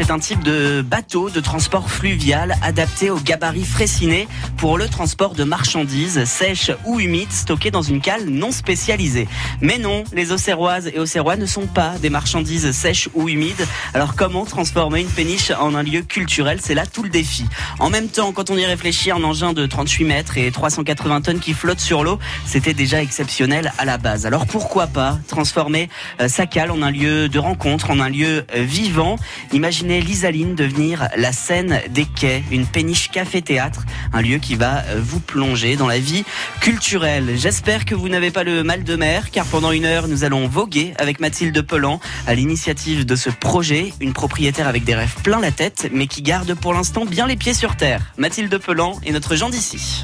c'est un type de bateau de transport fluvial adapté au gabarit Fraissinet pour le transport de marchandises sèches ou humides stockées dans une cale non spécialisée. Mais non, les Auxerroises et Auxerrois ne sont pas des marchandises sèches ou humides. Alors comment transformer une péniche en un lieu culturel? C'est là tout le défi. En même temps, quand on y réfléchit, un engin de 38 mètres et 380 tonnes qui flotte sur l'eau, c'était déjà exceptionnel à la base. Alors pourquoi pas transformer sa cale en un lieu de rencontre, en un lieu vivant? Imaginez l'Isaline devenir la scène des quais, une péniche café-théâtre, un lieu qui va vous plonger dans la vie culturelle. J'espère que vous n'avez pas le mal de mer, car pendant une heure, nous allons voguer avec Mathilde Pelan à l'initiative de ce projet, une propriétaire avec des rêves plein la tête, mais qui garde pour l'instant bien les pieds sur terre. Mathilde Pelan est notre Jean d'ici.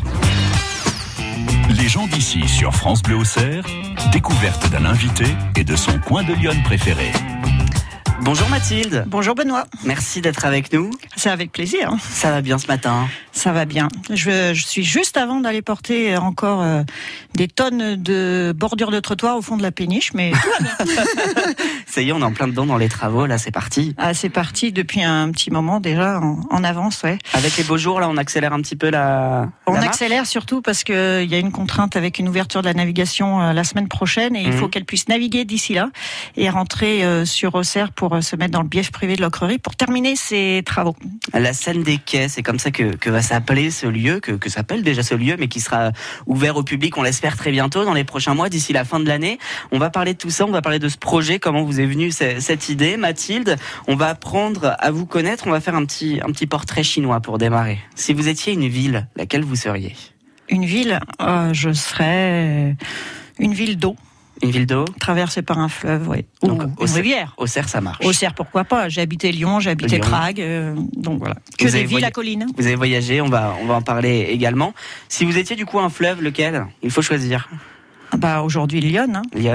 Les gens d'ici sur France Bleu Auxerre, découverte d'un invité et de son coin de Lyon préféré. Bonjour Mathilde. Bonjour Benoît. Merci d'être avec nous. C'est avec plaisir. Ça va bien ce matin? Ça va bien. Je suis juste avant d'aller porter encore des tonnes de bordures de trottoir au fond de la péniche, mais tout va bien. Ça y est, on est en plein dedans dans les travaux, là c'est parti. Ah, c'est parti depuis un petit moment déjà, en avance, ouais. Avec les beaux jours, là on accélère un petit peu On marche. accélère surtout parce qu'il y a une contrainte avec une ouverture de la navigation la semaine prochaine et il faut qu'elle puisse naviguer d'ici là et rentrer sur Auxerre pour se mettre dans le bief privé de l'Ocrerie pour terminer ses travaux. La scène des quais, c'est comme ça que va s'appeler ce lieu, que s'appelle déjà ce lieu, mais qui sera ouvert au public, on l'espère très bientôt, dans les prochains mois, d'ici la fin de l'année. On va parler de tout ça, on va parler de ce projet, comment vous est venue cette idée, Mathilde. On va apprendre à vous connaître, on va faire un petit portrait chinois pour démarrer. Si vous étiez une ville, laquelle vous seriez? Une ville, je serais une ville d'eau. Une ville d'eau traversée par un fleuve, oui. Ou donc, une rivière. Auxerre, ça marche. Auxerre, pourquoi pas? J'ai habité Lyon, j'ai habité Prague, donc voilà. Que des villes à collines. Vous avez voyagé, on va en parler également. Si vous étiez du coup un fleuve, lequel? Il faut choisir. Bah aujourd'hui Lyon. Hein. Lyon.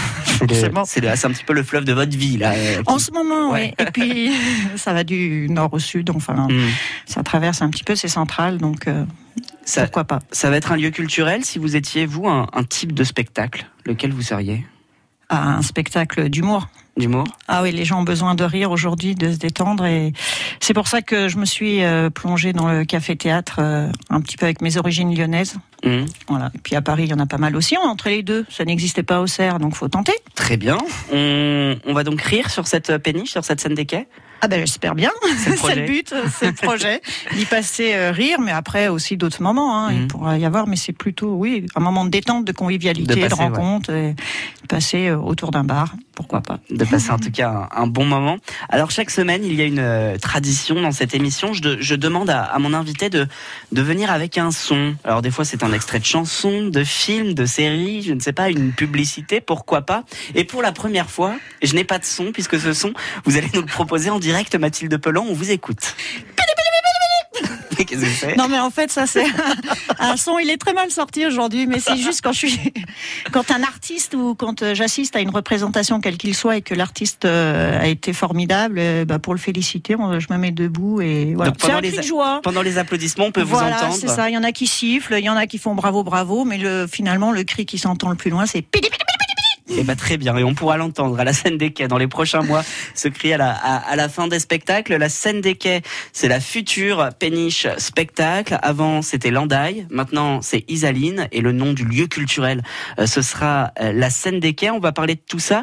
C'est un petit peu le fleuve de votre vie là. En ce moment, ouais. Oui. Et puis ça va du nord au sud, enfin ça traverse un petit peu, c'est central, donc. Pourquoi pas? Ça va être un lieu culturel. Si vous étiez, vous, un type de spectacle, lequel vous seriez? Un spectacle d'humour. D'humour? Ah oui, les gens ont besoin de rire aujourd'hui, de se détendre. Et c'est pour ça que je me suis plongée dans le café-théâtre un petit peu avec mes origines lyonnaises. Voilà. Et puis à Paris, il y en a pas mal aussi. Entre les deux, ça n'existait pas au Auxerre, donc faut tenter. Très bien. On va donc rire sur cette péniche, sur cette scène des quais? Ah ben j'espère bien, c'est le but, c'est le projet, d'y passer rire, mais après aussi d'autres moments, il pourra y avoir, mais c'est plutôt, un moment de détente, de convivialité, de rencontre, et de passer autour d'un bar, pourquoi pas. De passer en tout cas un bon moment. Alors chaque semaine, il y a une tradition dans cette émission, je demande à mon invité de venir avec un son. Alors des fois c'est un extrait de chanson, de film, de série, je ne sais pas, une publicité, pourquoi pas. Et pour la première fois, je n'ai pas de son, puisque ce son, vous allez nous le proposer en direct, Mathilde Pelan, on vous écoute. Qu'est-ce que c'est? Non mais en fait ça c'est un son, il est très mal sorti aujourd'hui, mais c'est juste quand un artiste ou quand j'assiste à une représentation quel qu'il soit et que l'artiste a été formidable, pour le féliciter, je me mets debout et voilà. C'est un cri de joie. Pendant les applaudissements, on peut vous entendre. Voilà, c'est ça. Il y en a qui sifflent, il y en a qui font bravo bravo, mais finalement le cri qui s'entend le plus loin, c'est pidi pidi. Eh ben très bien, et on pourra l'entendre à la scène des quais dans les prochains mois, ce cri à la fin des spectacles. La scène des quais, c'est la future péniche spectacle. Avant, c'était Landaï, maintenant c'est Isaline, et le nom du lieu culturel, ce sera la scène des quais. On va parler de tout ça.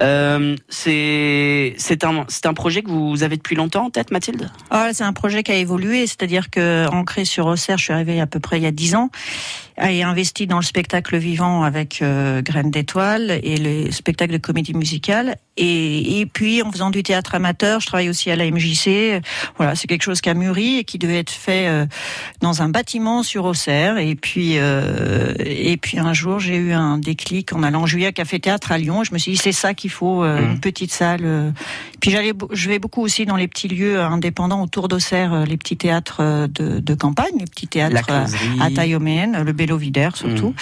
C'est un projet que vous avez depuis longtemps en tête, Mathilde? C'est un projet qui a évolué, c'est-à-dire que ancré sur Auxerre, je suis arrivée à peu près il y a 10 ans, et investi dans le spectacle vivant avec Graines d'étoiles et les spectacles de comédie musicale. Et puis, en faisant du théâtre amateur, je travaille aussi à la MJC. Voilà, c'est quelque chose qui a mûri et qui devait être fait dans un bâtiment sur Auxerre. Et puis un jour, j'ai eu un déclic en allant jouer à Café Théâtre à Lyon. Je me suis dit, c'est ça qu'il faut, une petite salle. Puis je vais beaucoup aussi dans les petits lieux indépendants autour d'Auxerre, les petits théâtres de campagne, les petits théâtres à taille humaine, le Bellovidaire surtout.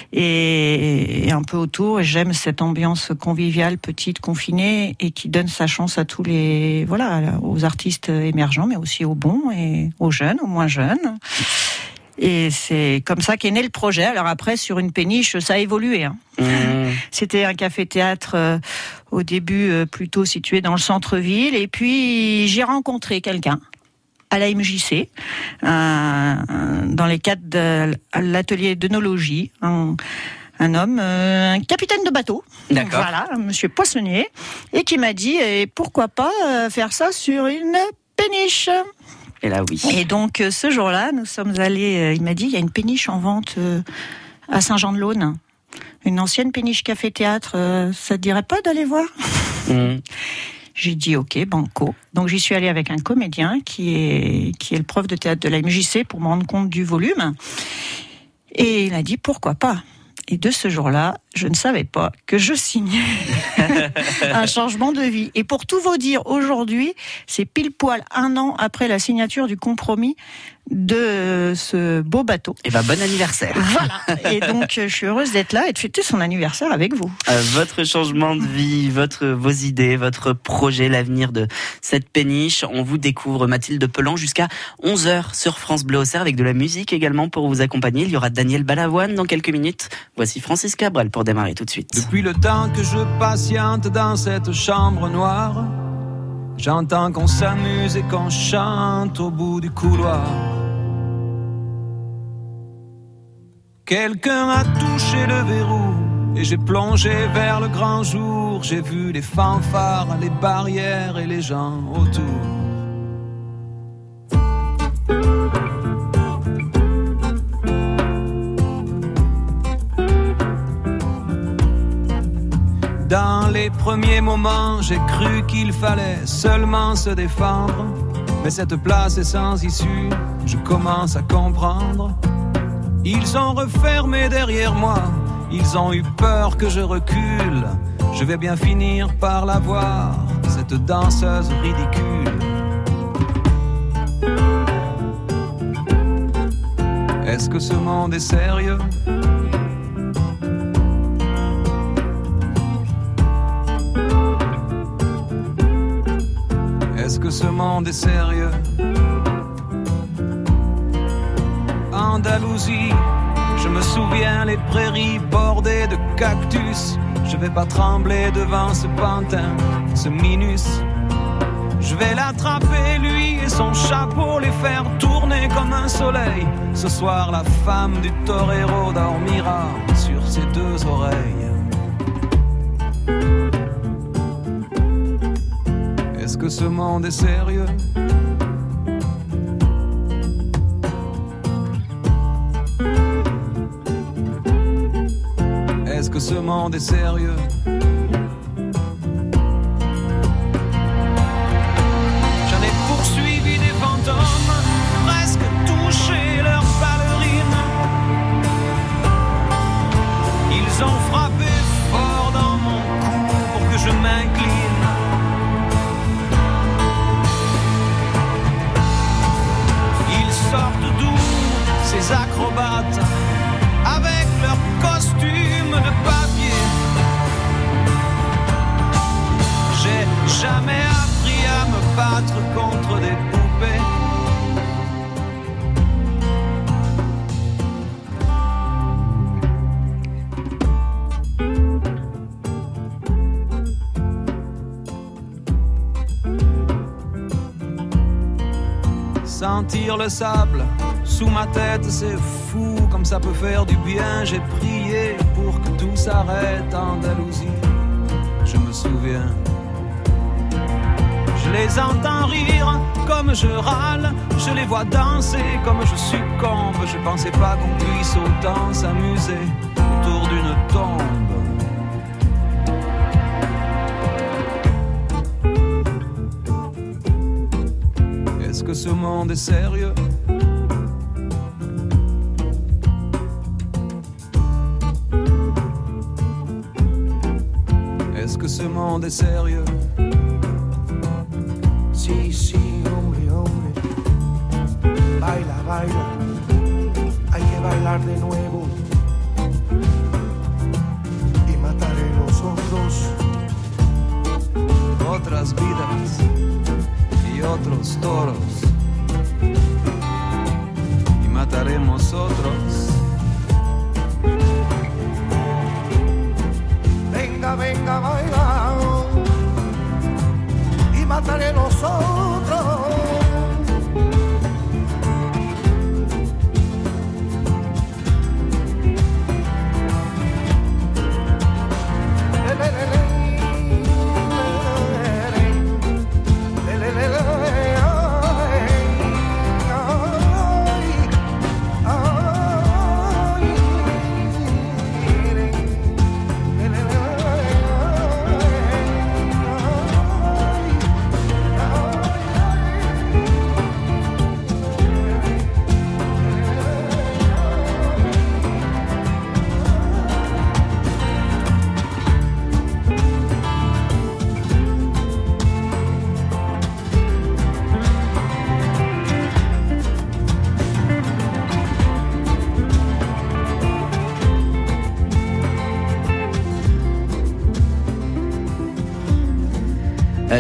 Et un peu autour, et j'aime cette ambiance conviviale, petite, confinée, et qui donne sa chance à tous aux artistes émergents, mais aussi aux bons et aux jeunes, aux moins jeunes. Et c'est comme ça qu'est né le projet. Alors après, sur une péniche, ça a évolué. C'était un café-théâtre Au début, plutôt situé dans le centre-ville. Et puis, j'ai rencontré quelqu'un à la MJC, dans les cadres de l'atelier d'œnologie. Un homme, un capitaine de bateau, voilà, monsieur Poissonnier, et qui m'a dit, pourquoi pas faire ça sur une péniche. Et là, oui. Et donc, ce jour-là, nous sommes allés, il m'a dit, il y a une péniche en vente à Saint-Jean-de-Laune. Une ancienne péniche café-théâtre, ça te dirait pas d'aller voir ? J'ai dit ok, banco. Donc j'y suis allée avec un comédien qui est le prof de théâtre de la MJC pour me rendre compte du volume. Et il a dit pourquoi pas. Et de ce jour-là, je ne savais pas que je signais un changement de vie. Et pour tout vous dire, aujourd'hui, c'est pile poil 1 an après la signature du compromis de ce beau bateau. Et bon anniversaire. Voilà. Et donc, je suis heureuse d'être là et de fêter son anniversaire avec vous. Votre changement de vie, vos idées, votre projet, l'avenir de cette péniche. On vous découvre Mathilde Pelan jusqu'à 11h sur France Bleu Auxerre avec de la musique également pour vous accompagner. Il y aura Daniel Balavoine dans quelques minutes. Voici Francis Cabrel pour démarrer tout de suite. Depuis le temps que je patiente dans cette chambre noire, j'entends qu'on s'amuse et qu'on chante au bout du couloir. Quelqu'un a touché le verrou et j'ai plongé vers le grand jour. J'ai vu les fanfares, les barrières et les gens autour. Dans les premiers moments, j'ai cru qu'il fallait seulement se défendre. Mais cette place est sans issue, je commence à comprendre. Ils ont refermé derrière moi, ils ont eu peur que je recule. Je vais bien finir par la voir, cette danseuse ridicule. Est-ce que ce monde est sérieux ? Est-ce que ce monde est sérieux ? Andalousie, je me souviens les prairies bordées de cactus. Je vais pas trembler devant ce pantin, ce minus. Je vais l'attraper lui et son chapeau, les faire tourner comme un soleil. Ce soir la femme du torero dormira sur ses 2 oreilles. Est-ce que ce monde est sérieux ? Est-ce que ce monde est sérieux ? J'en ai poursuivi des fantômes, presque touché leurs ballerines. Ils ont frappé fort dans mon cou pour que je m'incline. Sortent d'où ces acrobates avec leurs costumes de papier. J'ai jamais appris à me battre contre des poupées. Sentir le sable sous ma tête, c'est fou comme ça peut faire du bien. J'ai prié pour que tout s'arrête, Andalousie, je me souviens. Je les entends rire comme je râle, je les vois danser comme je succombe. Je pensais pas qu'on puisse autant s'amuser autour d'une tombe. Est-ce que ce monde est sérieux ? Est-ce que ce monde est sérieux ? Sí, sí, hombre, hombre. Baila, baila. Hay que bailar de nuevo. Y mataré nosotros. Otras vidas y otros toros. Y mataremos otros. Venga, venga, baila.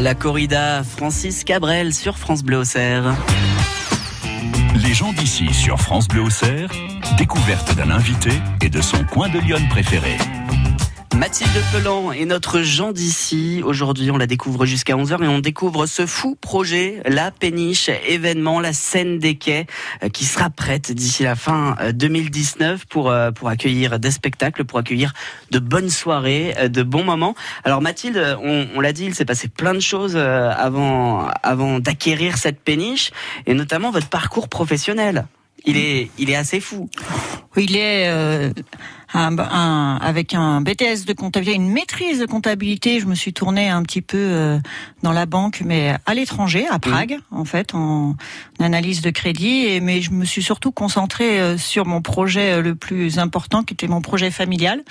La corrida Francis Cabrel sur France Bleu Auxerre. Les gens d'ici sur France Bleu Auxerre, découverte d'un invité et de son coin de Lyon préféré. Mathilde Pelan est notre Jean d'ici. Aujourd'hui, on la découvre jusqu'à 11h et on découvre ce fou projet, la péniche événement, la scène des quais, qui sera prête d'ici la fin 2019 pour accueillir des spectacles, pour accueillir de bonnes soirées, de bons moments. Alors Mathilde, on l'a dit, il s'est passé plein de choses avant d'acquérir cette péniche et notamment votre parcours professionnel. Il est assez fou. Il est avec un BTS de comptabilité, une maîtrise de comptabilité. Je me suis tournée un petit peu dans la banque, mais à l'étranger, à Prague, en fait, en analyse de crédit. Mais je me suis surtout concentrée sur mon projet le plus important, qui était mon projet familial.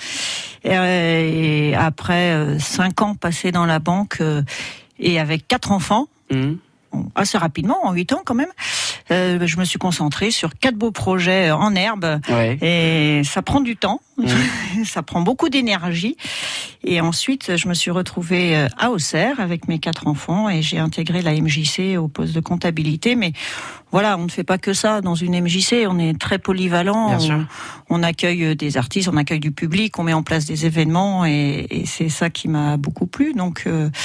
Et après 5 ans passés dans la banque et avec 4 enfants, assez rapidement, en 8 ans quand même, je me suis concentrée sur 4 beaux projets en herbe. Ouais. Et ça prend du temps, ça prend beaucoup d'énergie. Et ensuite, je me suis retrouvée à Auxerre avec mes 4 enfants et j'ai intégré la MJC au poste de comptabilité. Mais voilà, on ne fait pas que ça dans une MJC, on est très polyvalent. On accueille des artistes, on accueille du public, on met en place des événements et c'est ça qui m'a beaucoup plu. Donc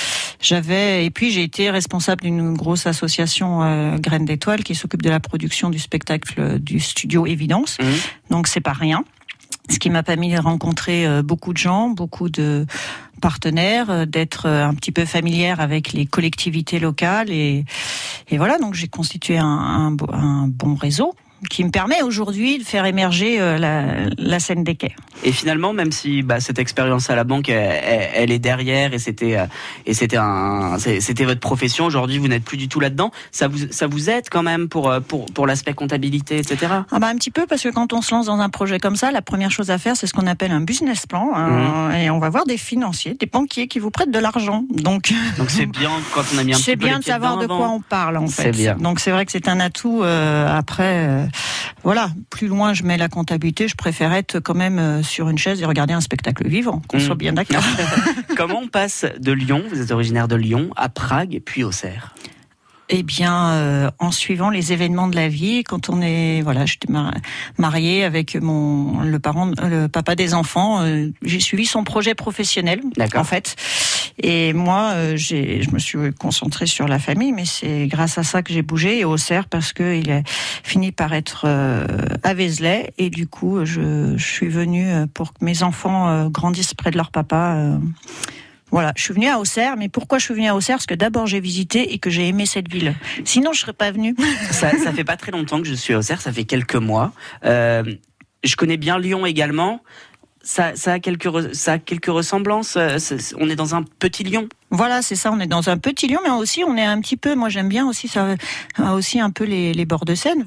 et puis j'ai été responsable d'une grosse association Graines d'Étoiles qui s'occupe de la production du spectacle du studio Évidence. Donc c'est pas rien. Ce qui m'a permis de rencontrer beaucoup de gens, beaucoup de partenaires, d'être un petit peu familière avec les collectivités locales et voilà, donc j'ai constitué un bon réseau qui me permet aujourd'hui de faire émerger la scène des quais. Et finalement, même si cette expérience à la banque, elle est derrière et c'était votre profession, aujourd'hui vous n'êtes plus du tout là-dedans, ça vous aide quand même pour l'aspect comptabilité, etc. Un petit peu, parce que quand on se lance dans un projet comme ça, la première chose à faire, c'est ce qu'on appelle un business plan, et on va voir des financiers, des banquiers qui vous prêtent de l'argent. Donc c'est bien quand on a mis un petit peu les pieds dedans. C'est bien de savoir de quoi on parle en fait. C'est bien. Donc c'est vrai que c'est un atout après. Voilà, plus loin je mets la comptabilité, je préfère être quand même sur une chaise et regarder un spectacle vivant, qu'on soit bien d'accord. Comment on passe de Lyon, vous êtes originaire de Lyon, à Prague puis Auxerre? Eh bien, en suivant les événements de la vie, quand on est, j'étais mariée avec le papa des enfants, j'ai suivi son projet professionnel, en fait. Et moi, je me suis concentrée sur la famille, mais c'est grâce à ça que j'ai bougé, et Auxerre, parce que il a fini par être à Vézelay, et du coup, je suis venue pour que mes enfants grandissent près de leur papa. Voilà, je suis venue à Auxerre, mais pourquoi je suis venue à Auxerre? Parce que d'abord j'ai visité et que j'ai aimé cette ville. Sinon je serais pas venue. Ça fait pas très longtemps que je suis à Auxerre, ça fait quelques mois. Je connais bien Lyon également. Ça a quelques ressemblances. On est dans un petit Lyon. Voilà, c'est ça. On est dans un petit Lyon, mais aussi on est un petit peu. Moi, j'aime bien aussi ça. Aussi un peu les bords de Seine.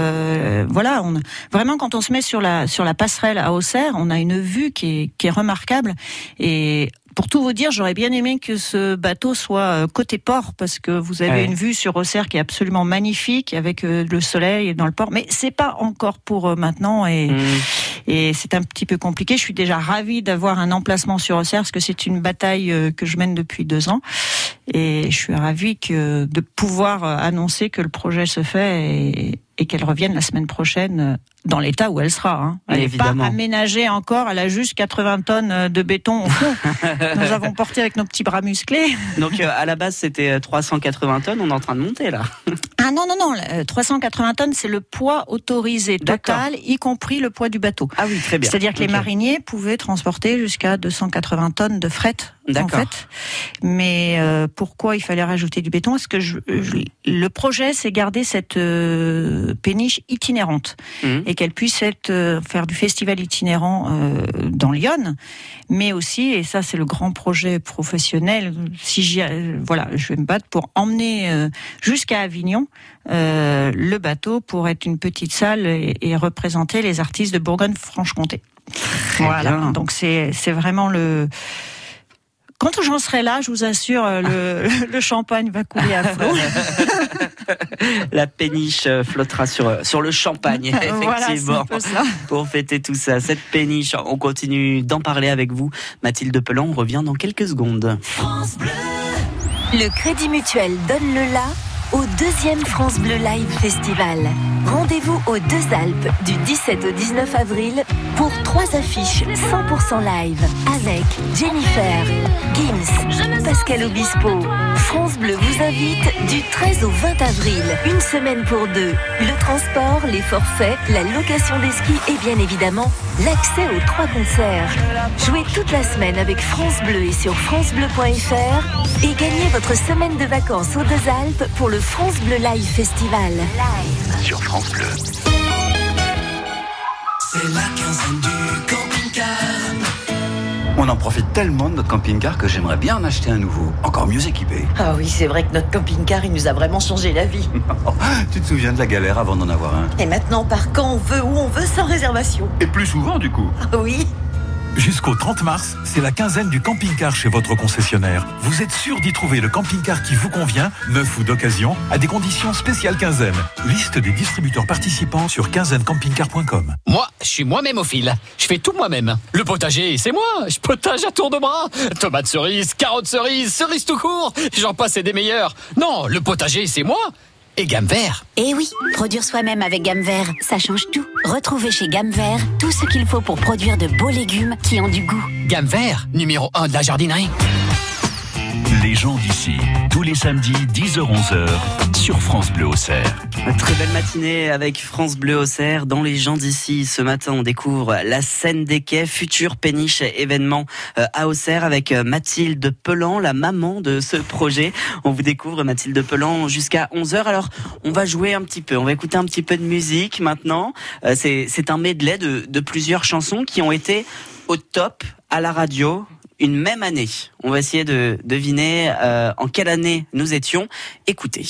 Vraiment, quand on se met sur la passerelle à Auxerre, on a une vue qui est remarquable. Et pour tout vous dire, j'aurais bien aimé que ce bateau soit côté port, parce que vous avez une vue sur Auxerre qui est absolument magnifique, avec le soleil dans le port. Mais c'est pas encore pour maintenant, et c'est un petit peu compliqué. Je suis déjà ravie d'avoir un emplacement sur Auxerre, parce que c'est une bataille que je mène depuis 2 ans. Et je suis ravie de pouvoir annoncer que le projet se fait et qu'elle revienne la semaine prochaine dans l'état où elle sera. Elle n'est pas aménagée encore, elle a juste 80 tonnes de béton au fond. Nous avons porté avec nos petits bras musclés. Donc à la base c'était 380 tonnes, on est en train de monter là. Ah non, 380 tonnes c'est le poids autorisé total, y compris le poids du bateau. Ah oui, très bien. C'est-à-dire que les mariniers pouvaient transporter jusqu'à 280 tonnes de fret. D'accord. En fait. Mais pourquoi il fallait rajouter du béton? Parce que le projet, c'est garder cette péniche itinérante et qu'elle puisse faire du festival itinérant dans Lyon, mais aussi, et ça c'est le grand projet professionnel, je vais me battre pour emmener jusqu'à Avignon le bateau pour être une petite salle et représenter les artistes de Bourgogne-Franche-Comté. Voilà, donc c'est vraiment le... Quand j'en serai là, je vous assure, le champagne va couler à flot. La péniche flottera sur le champagne, effectivement, voilà, pour fêter tout ça. Cette péniche, on continue d'en parler avec vous. Mathilde Pelan, on revient dans quelques secondes. France Bleu. Le Crédit Mutuel donne le la au 2e France Bleu Live Festival. Rendez-vous aux Deux Alpes du 17 au 19 avril pour 3 affiches 100% live avec Jennifer, Gims, Pascal Obispo. France Bleu vous invite du 13 au 20 avril, une semaine pour 2. Le transport, les forfaits, la location des skis et bien évidemment l'accès aux 3 concerts. Jouez toute la semaine avec France Bleu et sur francebleu.fr et gagnez votre semaine de vacances aux Deux Alpes pour le France Bleu Live Festival. Sur France Bleu. C'est la quinzaine du camping-car. On en profite tellement de notre camping-car que j'aimerais bien en acheter un nouveau, encore mieux équipé. Ah oui, c'est vrai que notre camping-car, il nous a vraiment changé la vie. Tu te souviens de la galère avant d'en avoir un? Et maintenant, on part quand on veut, où on veut, sans réservation. Et plus souvent du coup. Ah oui. Jusqu'au 30 mars, c'est la quinzaine du camping-car chez votre concessionnaire. Vous êtes sûr d'y trouver le camping-car qui vous convient, neuf ou d'occasion, à des conditions spéciales quinzaine. Liste des distributeurs participants sur quinzainecampingcar.com. Moi, je suis moi-même au fil. Je fais tout moi-même. Le potager, c'est moi. Je potage à tour de bras. Tomates cerises, carottes cerises, cerises tout court. J'en passe et des meilleurs. Non, le potager, c'est moi. Et Gamme Vert. Eh oui, produire soi-même avec Gamme Vert, ça change tout. Retrouvez chez Gamme Vert tout ce qu'il faut pour produire de beaux légumes qui ont du goût. Gamme Vert, numéro 1 de la jardinerie. Les gens d'ici, tous les samedis 10h-11h sur France Bleu Auxerre. Très belle matinée avec France Bleu Auxerre. Dans Les gens d'ici, ce matin, on découvre la scène des quais, futur péniche événement à Auxerre avec Mathilde Pelan, la maman de ce projet. On vous découvre Mathilde Pelan jusqu'à 11h. Alors, on va jouer un petit peu, on va écouter un petit peu de musique maintenant. C'est un medley de plusieurs chansons qui ont été au top à la radio une même année. On va essayer de deviner en quelle année nous étions. Écoutez.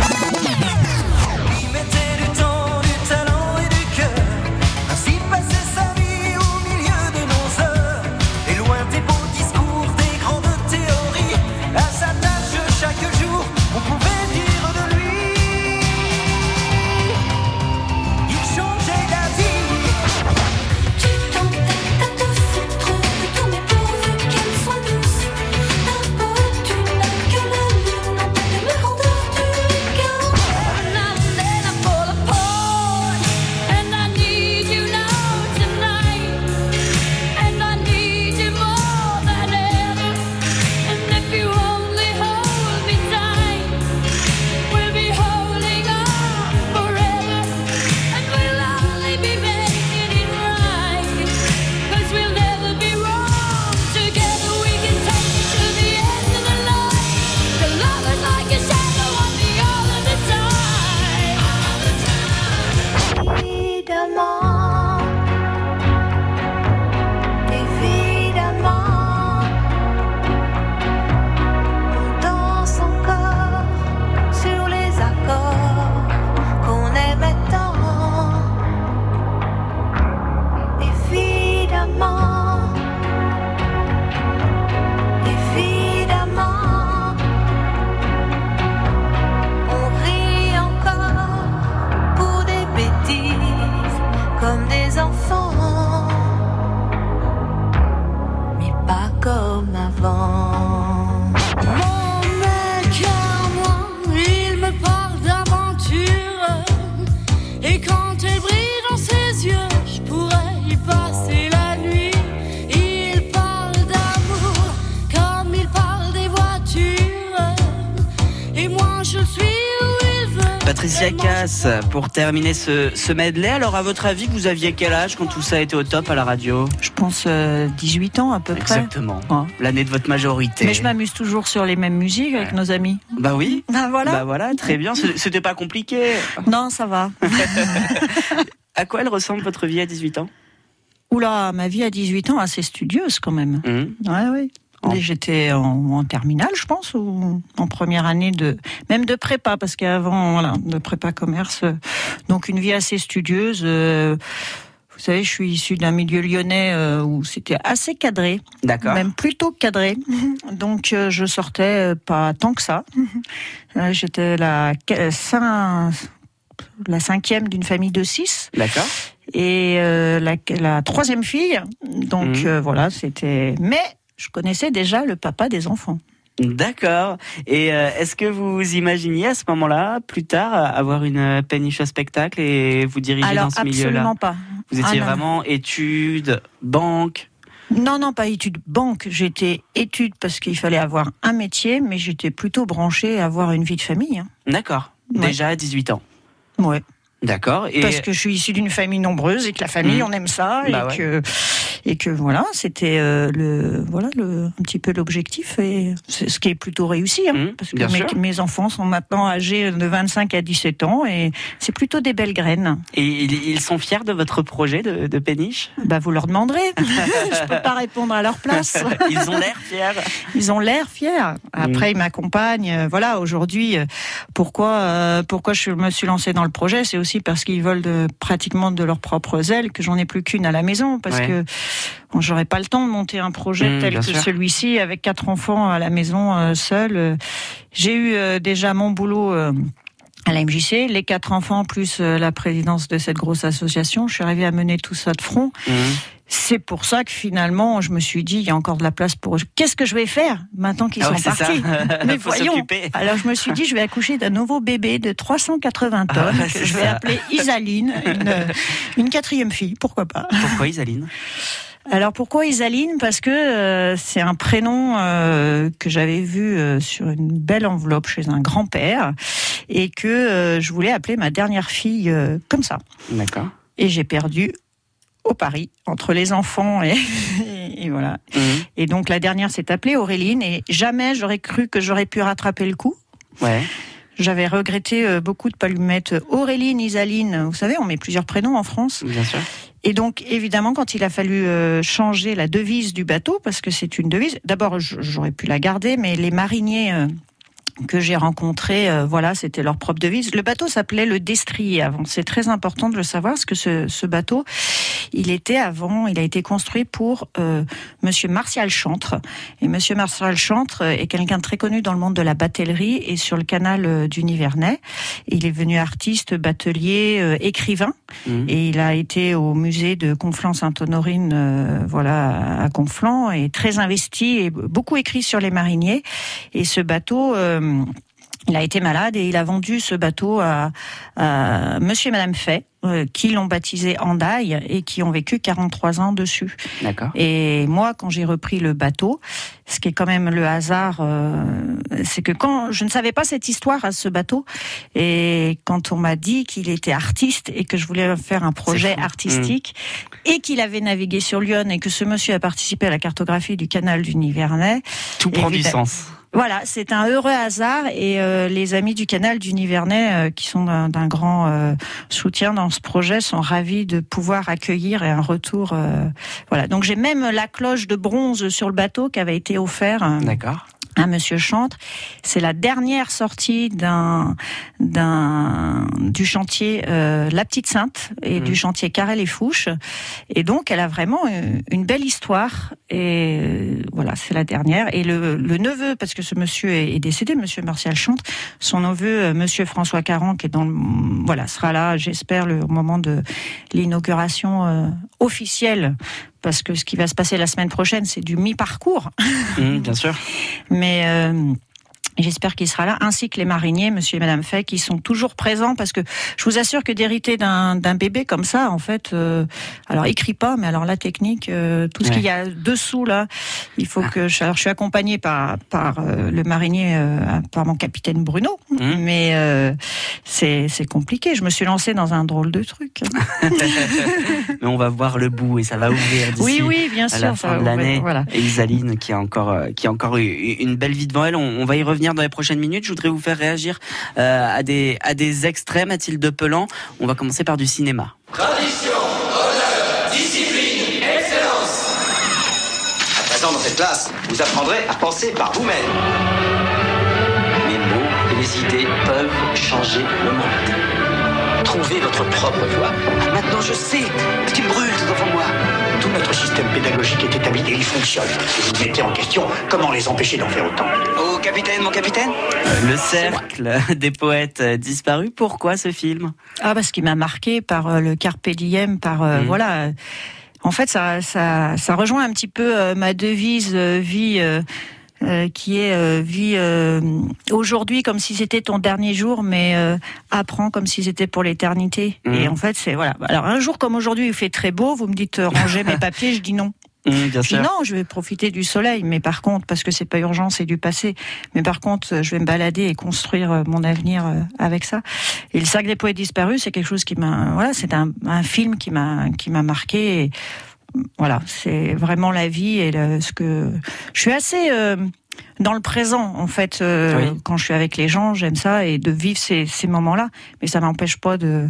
Patricia Cass pour terminer ce medley. Alors à votre avis, vous aviez quel âge quand tout ça était au top à la radio? Je pense 18 ans à peu près. Exactement, Ouais. L'année de votre majorité. Mais je m'amuse toujours sur les mêmes musiques avec nos amis. Bah oui. Bah voilà, très bien. C'était pas compliqué. Non, ça va. À quoi elle ressemble votre vie à 18 ans? Oula, ma vie à 18 ans assez studieuse quand même. Ouais. Et j'étais en terminale, je pense, ou en première année même de prépa, parce qu'avant, de prépa commerce. Donc une vie assez studieuse. Vous savez, je suis issue d'un milieu lyonnais où c'était assez cadré. D'accord. Même plutôt cadré. Donc je sortais pas tant que ça. J'étais la 5e d'une famille de 6. D'accord. Et la 3e fille. Donc voilà, c'était... Mais je connaissais déjà le papa des enfants. D'accord. Et est-ce que vous imaginiez à ce moment-là, plus tard, avoir une péniche au spectacle et vous diriger dans ce milieu-là? Absolument pas. Vous étiez non. vraiment études, banque? Non, pas études banque. J'étais études parce qu'il fallait avoir un métier, mais j'étais plutôt branchée à avoir une vie de famille. D'accord. Ouais. Déjà à 18 ans? Ouais. D'accord. Et parce que je suis issue d'une famille nombreuse et que la famille, on aime ça, et que voilà, c'était un petit peu l'objectif, et c'est ce qui est plutôt réussi, parce que mes enfants sont maintenant âgés de 25 à 17 ans et c'est plutôt des belles graines. Et ils sont fiers de votre projet de péniche? Vous leur demanderez. Je peux pas répondre à leur place. Ils ont l'air fiers. Ils ont l'air fiers. Après, ils m'accompagnent. Voilà, aujourd'hui, pourquoi je me suis lancée dans le projet, c'est aussi parce qu'ils veulent pratiquement de leurs propres ailes, que j'en ai plus qu'une à la maison, parce que j'aurais pas le temps de monter un projet tel que celui-ci avec 4 enfants à la maison seul. J'ai eu déjà mon boulot à la MJC, les 4 enfants plus la présidence de cette grosse association. Je suis arrivée à mener tout ça de front. C'est pour ça que finalement, je me suis dit, il y a encore de la place pour eux. Qu'est-ce que je vais faire maintenant qu'ils sont partis? Mais voyons. Alors je me suis dit, je vais accoucher d'un nouveau bébé de 380 tonnes que je vais appeler Isaline, une 4e fille, pourquoi pas. Pourquoi Isaline? Alors pourquoi Isaline? Parce que c'est un prénom que j'avais vu sur une belle enveloppe chez un grand-père et que je voulais appeler ma dernière fille comme ça. D'accord. Et j'ai perdu au pari entre les enfants et voilà. Et donc la dernière s'est appelée Auréline et jamais j'aurais cru que j'aurais pu rattraper le coup. Ouais. J'avais regretté beaucoup de pas lui mettre Auréline, Isaline. Vous savez, on met plusieurs prénoms en France. Bien sûr. Et donc, évidemment, quand il a fallu changer la devise du bateau, parce que c'est une devise, d'abord, j'aurais pu la garder, mais les mariniers que j'ai rencontrés, c'était leur propre devise. Le bateau s'appelait le Destrier avant. C'est très important de le savoir, parce que ce bateau, il a été construit pour Monsieur Martial Chantre. Et Monsieur Martial Chantre est quelqu'un de très connu dans le monde de la batellerie et sur le canal du Nivernais. Il est venu artiste, batelier, écrivain. Et il a été au musée de Conflans-Sainte-Honorine, à Conflans, et très investi et beaucoup écrit sur les mariniers. Et ce bateau, il a été malade et il a vendu ce bateau à Monsieur et Madame Fay, qui l'ont baptisé Andaille et qui ont vécu 43 ans dessus. D'accord. Et moi, quand j'ai repris le bateau, ce qui est quand même le hasard, c'est que quand je ne savais pas cette histoire à ce bateau, et quand on m'a dit qu'il était artiste et que je voulais faire un projet artistique, et qu'il avait navigué sur Lyon et que ce monsieur a participé à la cartographie du canal du Nivernais, tout prend du sens. Voilà, c'est un heureux hasard et les amis du canal du Nivernais, qui sont d'un grand soutien dans ce projet, sont ravis de pouvoir accueillir un retour. Voilà, donc j'ai même la cloche de bronze sur le bateau qui avait été offert. D'accord. À Monsieur Chantre. C'est la dernière sortie du chantier La Petite Sainte et du chantier Carrel et Fouche. Et donc, elle a vraiment une belle histoire. Et voilà, c'est la dernière. Et le neveu, parce que ce monsieur est décédé, Monsieur Martial Chantre, son neveu, Monsieur François Caron, qui est sera là, j'espère, au moment de l'inauguration officielle. Parce que ce qui va se passer la semaine prochaine, c'est du mi-parcours. Bien sûr. Mais j'espère qu'il sera là, ainsi que les mariniers, Monsieur et Madame Fay, qui sont toujours présents, parce que je vous assure que d'hériter d'un bébé comme ça, en fait, alors il crie pas, mais alors la technique, tout ce qu'il y a dessous là, il faut que je suis accompagnée par le marinier, par mon capitaine Bruno, mais c'est compliqué. Je me suis lancée dans un drôle de truc. Mais on va voir le bout et ça va ouvrir d'ici bien sûr, à la fin de l'année. Voilà. Et Isaline qui a encore une belle vie devant elle. On va y revenir dans les prochaines minutes. Je voudrais vous faire réagir à des extraits, Mathilde Pelan. On va commencer par du cinéma. Tradition, honneur, discipline, excellence. À présent, dans cette classe, vous apprendrez à penser par vous-même. Les mots et les idées peuvent changer le monde. Trouvez votre propre voie. Maintenant, je sais ce qui brûle devant moi. Tout notre système pédagogique est établi et il fonctionne. Si vous mettez en question, comment les empêcher d'en faire autant? Oh, capitaine, mon capitaine. Le cercle des poètes disparus. Pourquoi ce film? Parce qu'il m'a marqué par le carpe diem, voilà. En fait, ça rejoint un petit peu ma devise vie qui est vis aujourd'hui comme si c'était ton dernier jour, mais apprends comme si c'était pour l'éternité. Et en fait, c'est voilà. Alors un jour comme aujourd'hui, il fait très beau. Vous me dites ranger mes papiers, je dis non. Bien sûr. Non, je vais profiter du soleil, mais par contre, parce que c'est pas urgent, c'est du passé. Mais par contre, je vais me balader et construire mon avenir avec ça. Et le Cercle des poètes disparus, c'est quelque chose qui m'a, voilà, c'est un film qui m'a marqué. Et voilà, c'est vraiment la vie et ce que je suis assez dans le présent en fait. Oui. Quand je suis avec les gens, j'aime ça et de vivre ces moments-là. Mais ça m'empêche pas de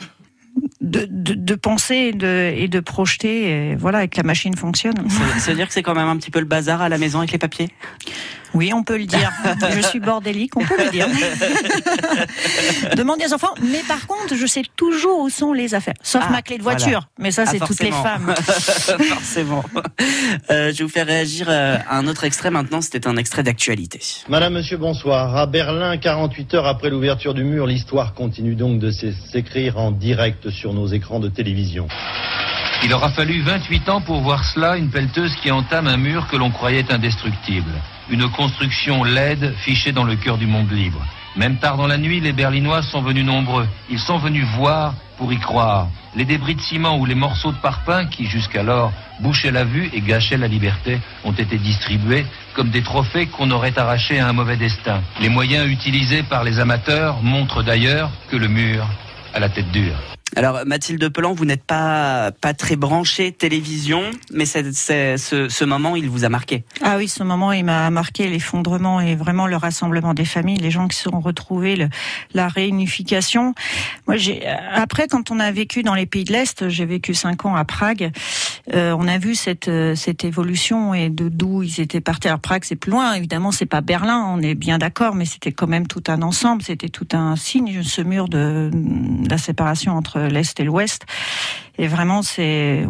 penser et de projeter, et voilà, et que la machine fonctionne. Ça veut dire que c'est quand même un petit peu le bazar à la maison avec les papiers ? Oui, on peut le dire. Je suis bordélique, on peut le dire. Demandez aux enfants. Mais par contre, je sais toujours où sont les affaires. Sauf ma clé de voiture. Voilà. Mais ça, c'est toutes les femmes. Forcément. Je vais vous faire réagir à un autre extrait maintenant. C'était un extrait d'actualité. Madame, monsieur, bonsoir. À Berlin, 48 heures après l'ouverture du mur, l'histoire continue donc de s'écrire en direct sur nos écrans de télévision. Il aura fallu 28 ans pour voir cela, une pelleteuse qui entame un mur que l'on croyait indestructible. Une construction laide fichée dans le cœur du monde libre. Même tard dans la nuit, les Berlinois sont venus nombreux. Ils sont venus voir pour y croire. Les débris de ciment ou les morceaux de parpaing qui, jusqu'alors, bouchaient la vue et gâchaient la liberté, ont été distribués comme des trophées qu'on aurait arrachés à un mauvais destin. Les moyens utilisés par les amateurs montrent d'ailleurs que le mur a la tête dure. Alors Mathilde Pelan, vous n'êtes pas très branchée télévision, mais ce moment, il vous a marqué. Ah oui, ce moment, il m'a marqué, l'effondrement et vraiment le rassemblement des familles, les gens qui se sont retrouvés, la réunification. Moi, après, quand on a vécu dans les pays de l'Est, j'ai vécu 5 ans à Prague, on a vu cette évolution et d'où ils étaient partis. Alors Prague, c'est plus loin, évidemment, c'est pas Berlin, on est bien d'accord, mais c'était quand même tout un ensemble, c'était tout un signe, ce mur de la séparation entre l'Est et l'Ouest. Et vraiment, c'était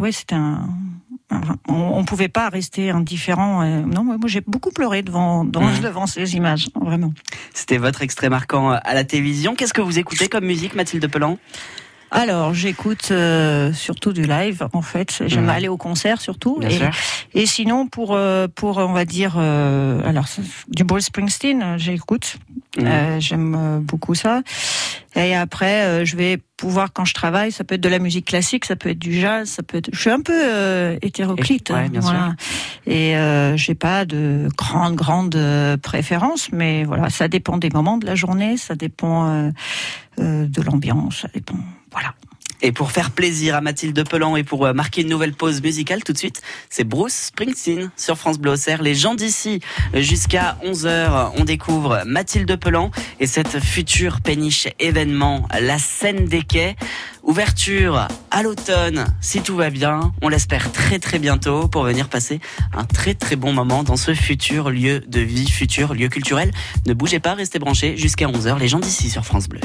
on pouvait pas rester indifférent. Non, moi j'ai beaucoup pleuré devant ces images, vraiment. C'était votre extrait marquant à la télévision. Qu'est-ce que vous écoutez comme musique, Mathilde Pelan ? Alors, j'écoute surtout du live, en fait. J'aime aller au concert, surtout. Et sinon, pour on va dire, alors du Bruce Springsteen, j'écoute. J'aime beaucoup ça. Et après, je vais pouvoir, quand je travaille, ça peut être de la musique classique, ça peut être du jazz, ça peut être. Je suis un peu hétéroclite. Ouais, bien sûr. Et j'ai pas de grande préférence, mais voilà, ça dépend des moments de la journée, ça dépend de l'ambiance, ça dépend. Voilà. Et pour faire plaisir à Mathilde Pelan et pour marquer une nouvelle pause musicale tout de suite, c'est Bruce Springsteen sur France Bleu Auxerre. Les gens d'ici, jusqu'à 11h, on découvre Mathilde Pelan et cette future péniche événement, la Scène des Quais. Ouverture à l'automne, si tout va bien, on l'espère très très bientôt pour venir passer un très très bon moment dans ce futur lieu de vie, futur lieu culturel. Ne bougez pas, restez branchés jusqu'à 11h, les gens d'ici sur France Bleu.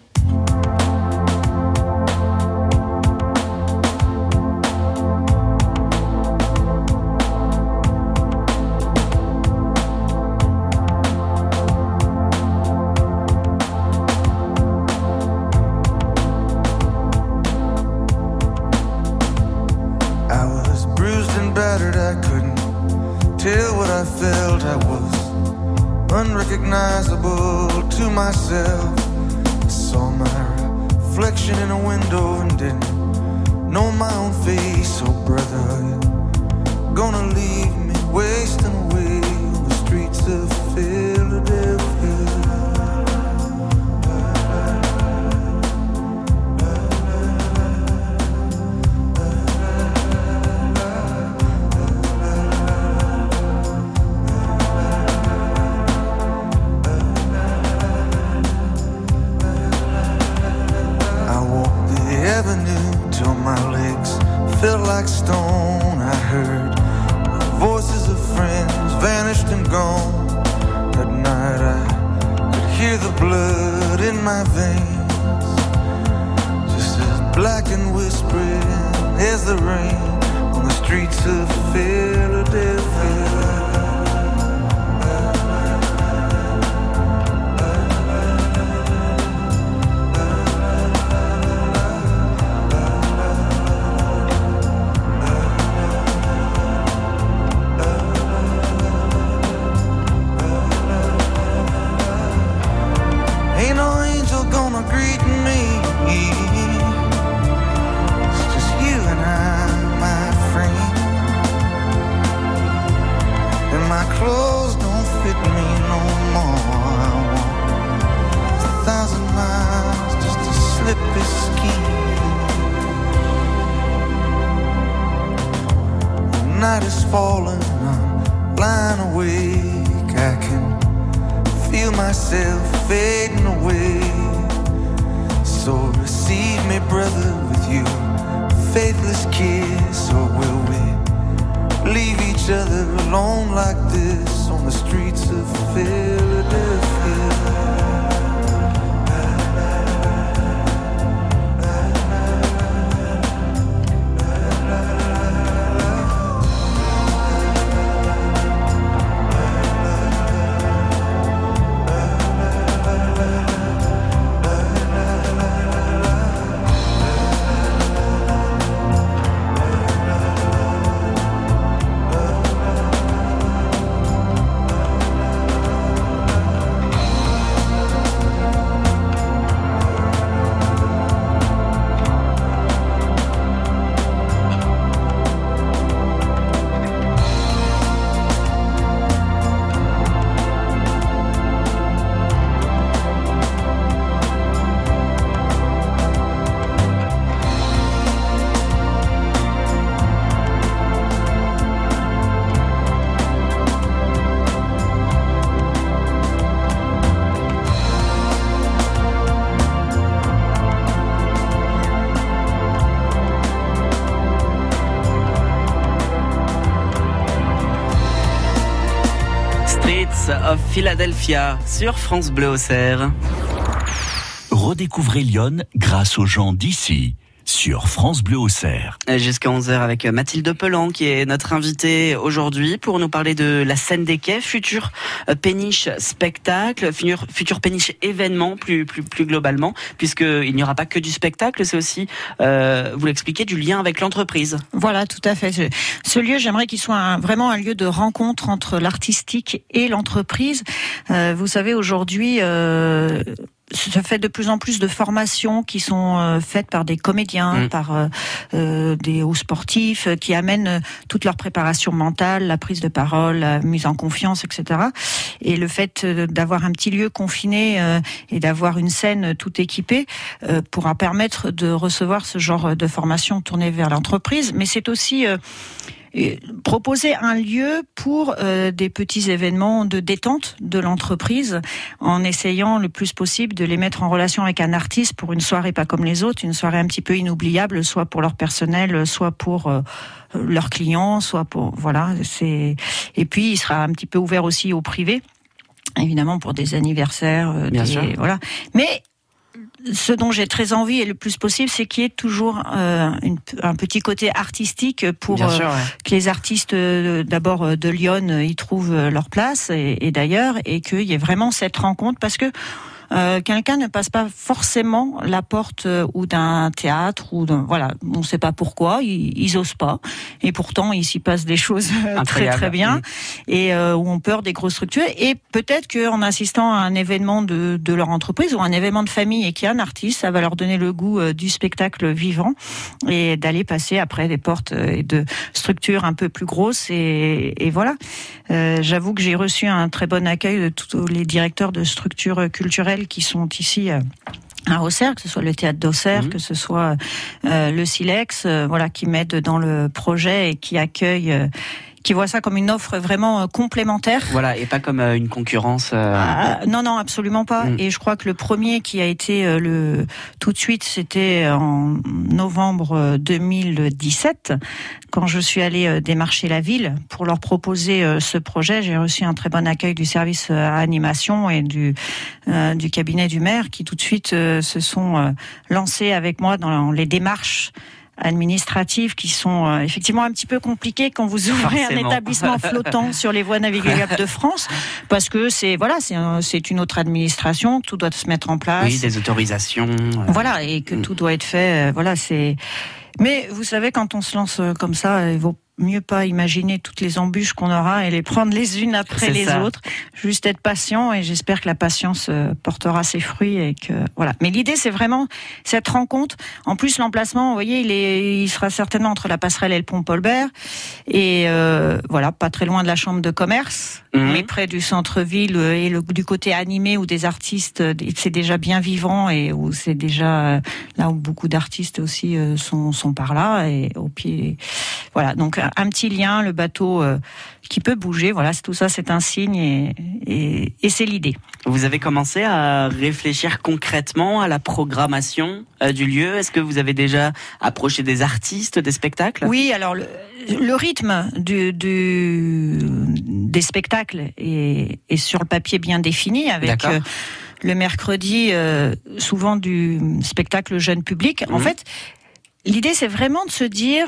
Unrecognizable to myself. I saw my reflection in a window and didn't know my own face. Oh brother, you're gonna leave me wasting away on the streets of Philadelphia. Felt like stone. I heard the voices of friends vanished and gone. At night I could hear the blood in my veins, just as black and whispering as the rain on the streets of Philadelphia. night is falling, I'm lying awake. I can feel myself fading away. So receive me, brother, with you faithless kiss, or will we leave each other alone like this on the streets of Philadelphia? of Philadelphia sur France Bleu Auxerre. Redécouvrez Lyon grâce aux gens d'ici sur France Bleu Auxerre. Jusqu'à 11h avec Mathilde Pelan qui est notre invitée aujourd'hui pour nous parler de la scène des quais, futur péniche spectacle, futur péniche événement plus globalement, puisqu'il n'y aura pas que du spectacle, c'est aussi, vous l'expliquez, du lien avec l'entreprise. Voilà, tout à fait. Ce lieu, j'aimerais qu'il soit vraiment un lieu de rencontre entre l'artistique et l'entreprise. Vous savez, aujourd'hui, se fait de plus en plus de formations qui sont faites par des comédiens, par des hauts sportifs qui amènent toute leur préparation mentale, la prise de parole, la mise en confiance, etc. Et le fait d'avoir un petit lieu confiné et d'avoir une scène tout équipée pourra permettre de recevoir ce genre de formation tournée vers l'entreprise. Mais c'est aussi proposer un lieu pour des petits événements de détente de l'entreprise, en essayant le plus possible de les mettre en relation avec un artiste pour une soirée pas comme les autres, une soirée un petit peu inoubliable, soit pour leur personnel, soit pour leurs clients, soit pour et puis il sera un petit peu ouvert aussi au privé, évidemment pour des anniversaires, bien sûr. Voilà. Mais ce dont j'ai très envie et le plus possible, c'est qu'il y ait toujours un petit côté artistique pour que les artistes d'abord de Lyon y trouvent leur place et d'ailleurs, et qu'il y ait vraiment cette rencontre, parce que quelqu'un ne passe pas forcément la porte ou d'un théâtre ou on ne sait pas pourquoi, ils osent pas, et pourtant il s'y passe des choses très très bien, et où on peur des grosses structures, et peut-être qu'en assistant à un événement de leur entreprise ou un événement de famille et qu'il y a un artiste, ça va leur donner le goût du spectacle vivant et d'aller passer après des portes de structures un peu plus grosses, et voilà. J'avoue que j'ai reçu un très bon accueil de tous les directeurs de structures culturelles qui sont ici à Auxerre, que ce soit le théâtre d'Auxerre, que ce soit le Silex, qui m'aident dans le projet et qui accueillent, qui voient ça comme une offre vraiment complémentaire. Voilà, et pas comme une concurrence. Non, absolument pas. Et je crois que le premier qui a été tout de suite, c'était en novembre 2017, quand je suis allée démarcher la ville pour leur proposer ce projet. J'ai reçu un très bon accueil du service animation et du cabinet du maire, qui tout de suite se sont lancés avec moi dans les démarches administratives qui sont effectivement un petit peu compliquées quand vous ouvrez un établissement flottant sur les voies navigables de France, parce que c'est une autre administration, tout doit se mettre en place. Oui, des autorisations. Voilà, et que tout doit être fait. Mais vous savez, quand on se lance comme ça, il vaut mieux pas imaginer toutes les embûches qu'on aura et les prendre les unes après les autres. Juste être patient, et j'espère que la patience portera ses fruits, et que voilà. Mais l'idée, c'est vraiment cette rencontre. En plus, l'emplacement, vous voyez, il sera certainement entre la passerelle et le pont Paul-Bert, et pas très loin de la chambre de commerce, mais près du centre-ville et du côté animé où des artistes, c'est déjà bien vivant, et où c'est déjà là où beaucoup d'artistes aussi sont par là, et au pied. Voilà, donc un petit lien, le bateau qui peut bouger. Voilà, tout ça, c'est un signe et c'est l'idée. Vous avez commencé à réfléchir concrètement à la programmation du lieu. Est-ce que vous avez déjà approché des artistes, des spectacles ? Oui, alors le rythme des spectacles est sur le papier bien défini avec le mercredi souvent du spectacle jeune public. En fait, l'idée c'est vraiment de se dire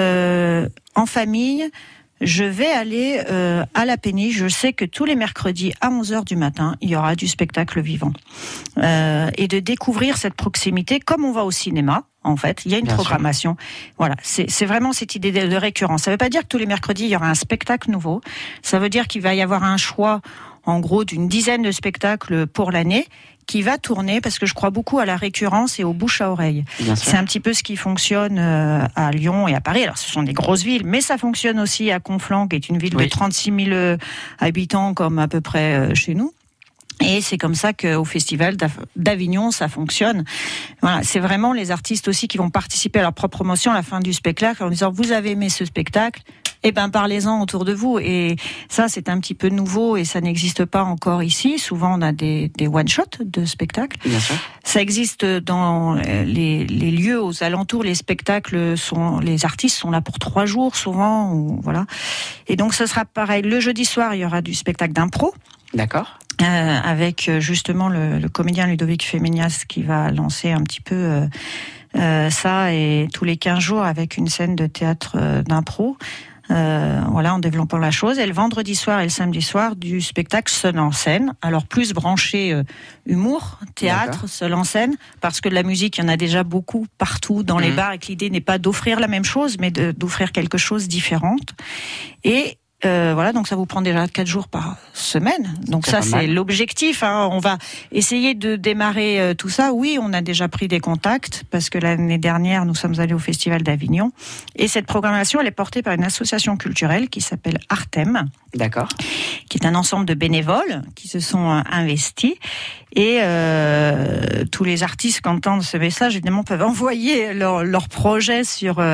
en famille, je vais aller à la Péniche. Je sais que tous les mercredis à 11h du matin, il y aura du spectacle vivant. Et de découvrir cette proximité comme on va au cinéma. En fait, il y a une programmation. Voilà, c'est vraiment cette idée de récurrence. Ça ne veut pas dire que tous les mercredis, il y aura un spectacle nouveau. Ça veut dire qu'il va y avoir un choix, en gros, d'une dizaine de spectacles pour l'année qui va tourner, parce que je crois beaucoup à la récurrence et au bouche à oreille. C'est un petit peu ce qui fonctionne à Lyon et à Paris. Alors, ce sont des grosses villes, mais ça fonctionne aussi à Conflans, qui est une ville de 36 000 habitants, comme à peu près chez nous. Et c'est comme ça qu'au Festival d'Avignon, ça fonctionne. Voilà, c'est vraiment les artistes aussi qui vont participer à leur propre promotion à la fin du spectacle en disant « Vous avez aimé ce spectacle ? Eh ben, parlez-en autour de vous. » Et ça, c'est un petit peu nouveau et ça n'existe pas encore ici. Souvent, on a des one-shots de spectacles. Bien sûr. Ça existe dans les lieux aux alentours. Les spectacles les artistes sont là pour 3 jours, souvent, voilà. Et donc, ce sera pareil. Le jeudi soir, il y aura du spectacle d'impro. D'accord. Avec justement le comédien Ludovic Féménias qui va lancer un petit peu ça, et tous les 15 jours avec une scène de théâtre d'impro. Voilà, en développant la chose. Et le vendredi soir et le samedi soir, du spectacle seul en scène. Alors plus branché humour, théâtre, seul en scène, parce que de la musique, il y en a déjà beaucoup partout dans les bars, et que l'idée n'est pas d'offrir la même chose, mais d'offrir quelque chose de différent. Et voilà, donc ça vous prend déjà 4 jours par semaine. Donc ça, c'est l'objectif. Hein. On va essayer de démarrer tout ça. Oui, on a déjà pris des contacts parce que l'année dernière, nous sommes allés au Festival d'Avignon. Et cette programmation, elle est portée par une association culturelle qui s'appelle Artem. D'accord. Qui est un ensemble de bénévoles qui se sont investis. Et tous les artistes qui entendent ce message, évidemment, peuvent envoyer leur projet sur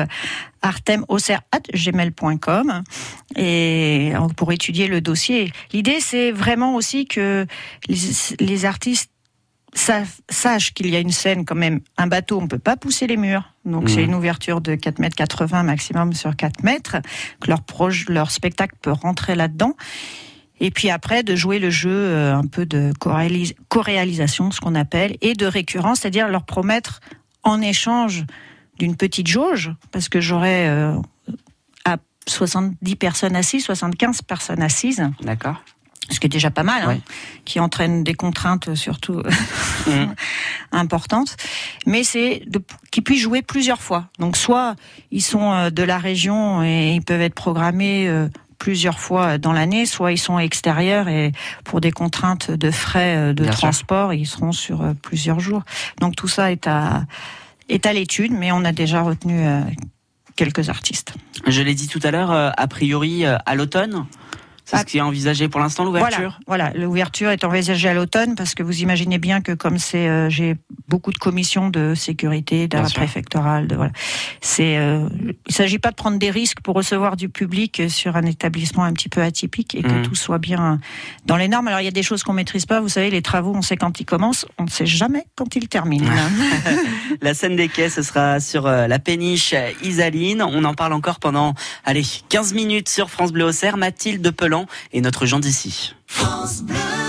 artemauxerre@gmail.com et pour étudier le dossier. L'idée, c'est vraiment aussi que les artistes sachent qu'il y a une scène quand même, un bateau, on ne peut pas pousser les murs. Donc c'est une ouverture de 4,80 m maximum sur 4 mètres, que leur spectacle peut rentrer là-dedans. Et puis après, de jouer le jeu un peu de co-réalisation, ce qu'on appelle, et de récurrence, c'est-à-dire leur promettre en échange d'une petite jauge, parce que j'aurai à 70 personnes assises, 75 personnes assises. D'accord. Ce qui est déjà pas mal, hein, qui entraîne des contraintes surtout importantes. Mais c'est qu'ils puissent jouer plusieurs fois. Donc soit ils sont de la région et ils peuvent être programmés plusieurs fois dans l'année, soit ils sont extérieurs et pour des contraintes de frais de transport, ils seront sur plusieurs jours. Donc tout ça est à l'étude, mais on a déjà retenu quelques artistes. Je l'ai dit tout à l'heure, a priori à l'automne. C'est ce qui est envisagé pour l'instant, l'ouverture. Voilà, l'ouverture est envisagée à l'automne parce que vous imaginez bien que comme j'ai beaucoup de commissions de sécurité, préfectorale, voilà. Il s'agit pas de prendre des risques pour recevoir du public sur un établissement un petit peu atypique et que tout soit bien dans les normes. Alors il y a des choses qu'on maîtrise pas. Vous savez, les travaux, on sait quand ils commencent, on ne sait jamais quand ils terminent. La scène des quais, ce sera sur la péniche Isaline. On en parle encore pendant 15 minutes sur France Bleu Auxerre. Mathilde Pelan et notre Jean d'ici. Ce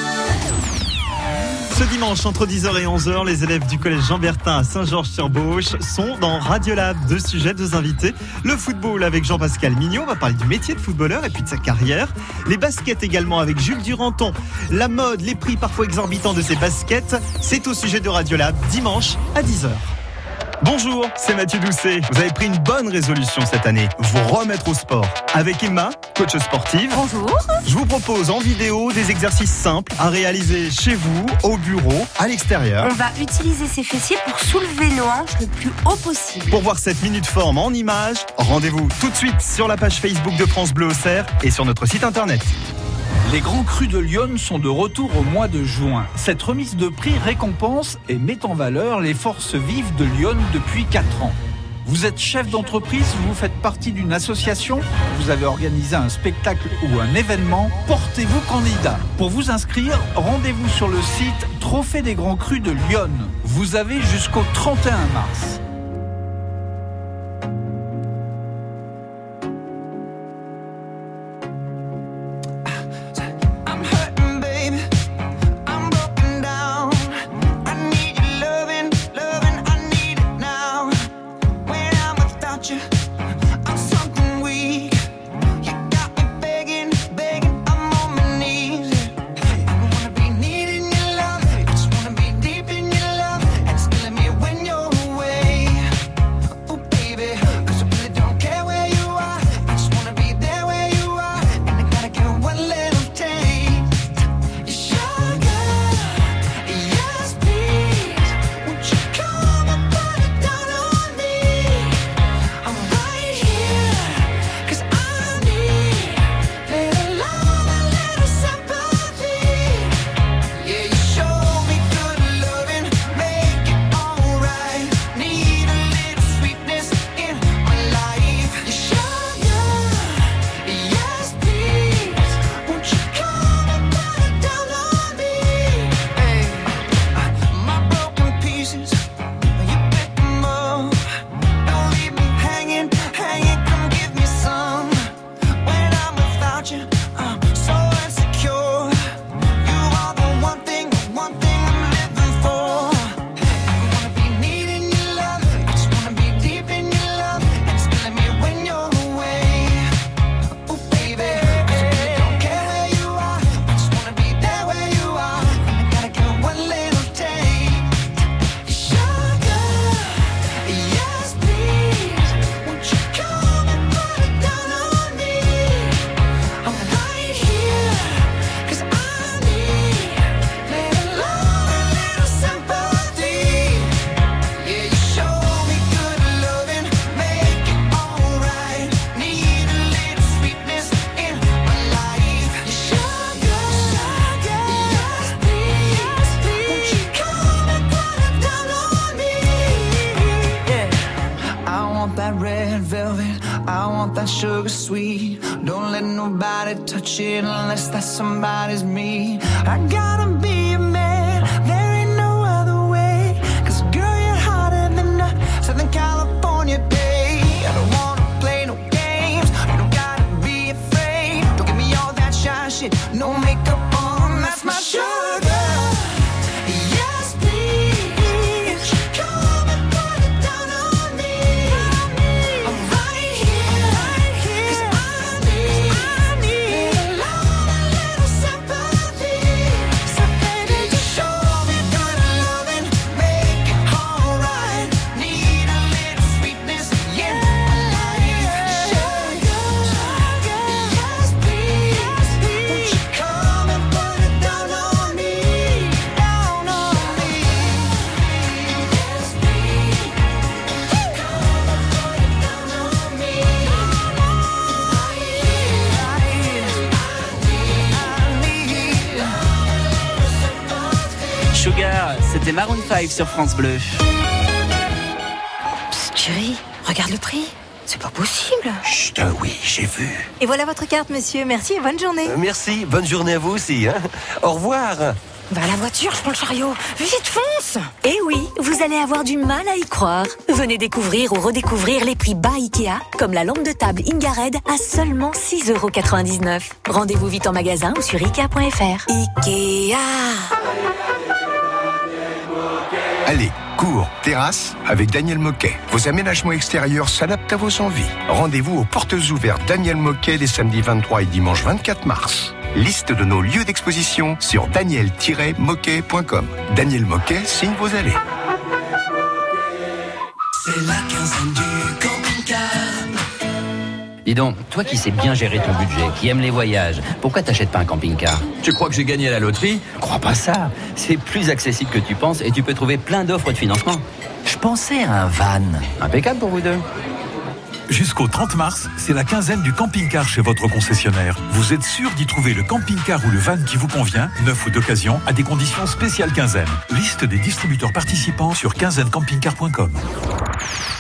dimanche, entre 10h et 11h, les élèves du collège Jean-Bertin à Saint-Georges-sur-Beauche sont dans Radiolab. 2 sujets, 2 invités. Le football avec Jean-Pascal Mignot, on va parler du métier de footballeur et puis de sa carrière. Les baskets également avec Jules Duranton. La mode, les prix parfois exorbitants de ces baskets, c'est au sujet de Radiolab, dimanche à 10h. Bonjour, c'est Mathieu Doucet. Vous avez pris une bonne résolution cette année, vous remettre au sport. Avec Emma, coach sportive. Bonjour. Je vous propose en vidéo des exercices simples à réaliser chez vous, au bureau, à l'extérieur. On va utiliser ses fessiers pour soulever nos hanches le plus haut possible. Pour voir cette minute forme en images, rendez-vous tout de suite sur la page Facebook de France Bleu Auxerre et sur notre site internet. Les Grands Crus de Lyon sont de retour au mois de juin. Cette remise de prix récompense et met en valeur les forces vives de Lyon depuis 4 ans. Vous êtes chef d'entreprise, vous faites partie d'une association, vous avez organisé un spectacle ou un événement, portez-vous candidat. Pour vous inscrire, rendez-vous sur le site Trophée des Grands Crus de Lyon. Vous avez jusqu'au 31 mars. Sugar sweet, don't let nobody touch it unless that somebody's me. I gotta be a man, there ain't no other way. Cause girl, you're hotter than a Southern California day. I don't wanna play no games, you don't gotta be afraid. Don't give me all that shy shit, no makeup on, that's my sugar. Sugar, c'était Maroon 5 sur France Bleu. Psst, chérie, regarde le prix. C'est pas possible. Chut, oui, j'ai vu. Et voilà votre carte, monsieur. Merci et bonne journée. Merci, bonne journée à vous aussi. Hein. Au revoir. Va à la voiture, je prends le chariot. Vite, fonce. Eh oui, vous allez avoir du mal à y croire. Venez découvrir ou redécouvrir les prix bas Ikea, comme la lampe de table Ingared à seulement 6,99 €. Rendez-vous vite en magasin ou sur Ikea.fr. Ikea. Allez, cours, terrasse avec Daniel Moquet. Vos aménagements extérieurs s'adaptent à vos envies. Rendez-vous aux portes ouvertes Daniel Moquet les samedis 23 et dimanche 24 mars. Liste de nos lieux d'exposition sur daniel-moquet.com. Daniel Moquet signe vos allées. C'est la quinzaine du camping-car. Dis donc, toi qui sais bien gérer ton budget, qui aime les voyages, pourquoi t'achètes pas un camping-car? Tu crois que j'ai gagné à la loterie? Crois pas ça. C'est plus accessible que tu penses et tu peux trouver plein d'offres de financement. Je pensais à un van. Impeccable pour vous deux. Jusqu'au 30 mars, c'est la quinzaine du camping-car chez votre concessionnaire. Vous êtes sûr d'y trouver le camping-car ou le van qui vous convient, neuf ou d'occasion, à des conditions spéciales quinzaine. Liste des distributeurs participants sur quinzainecampingcar.com.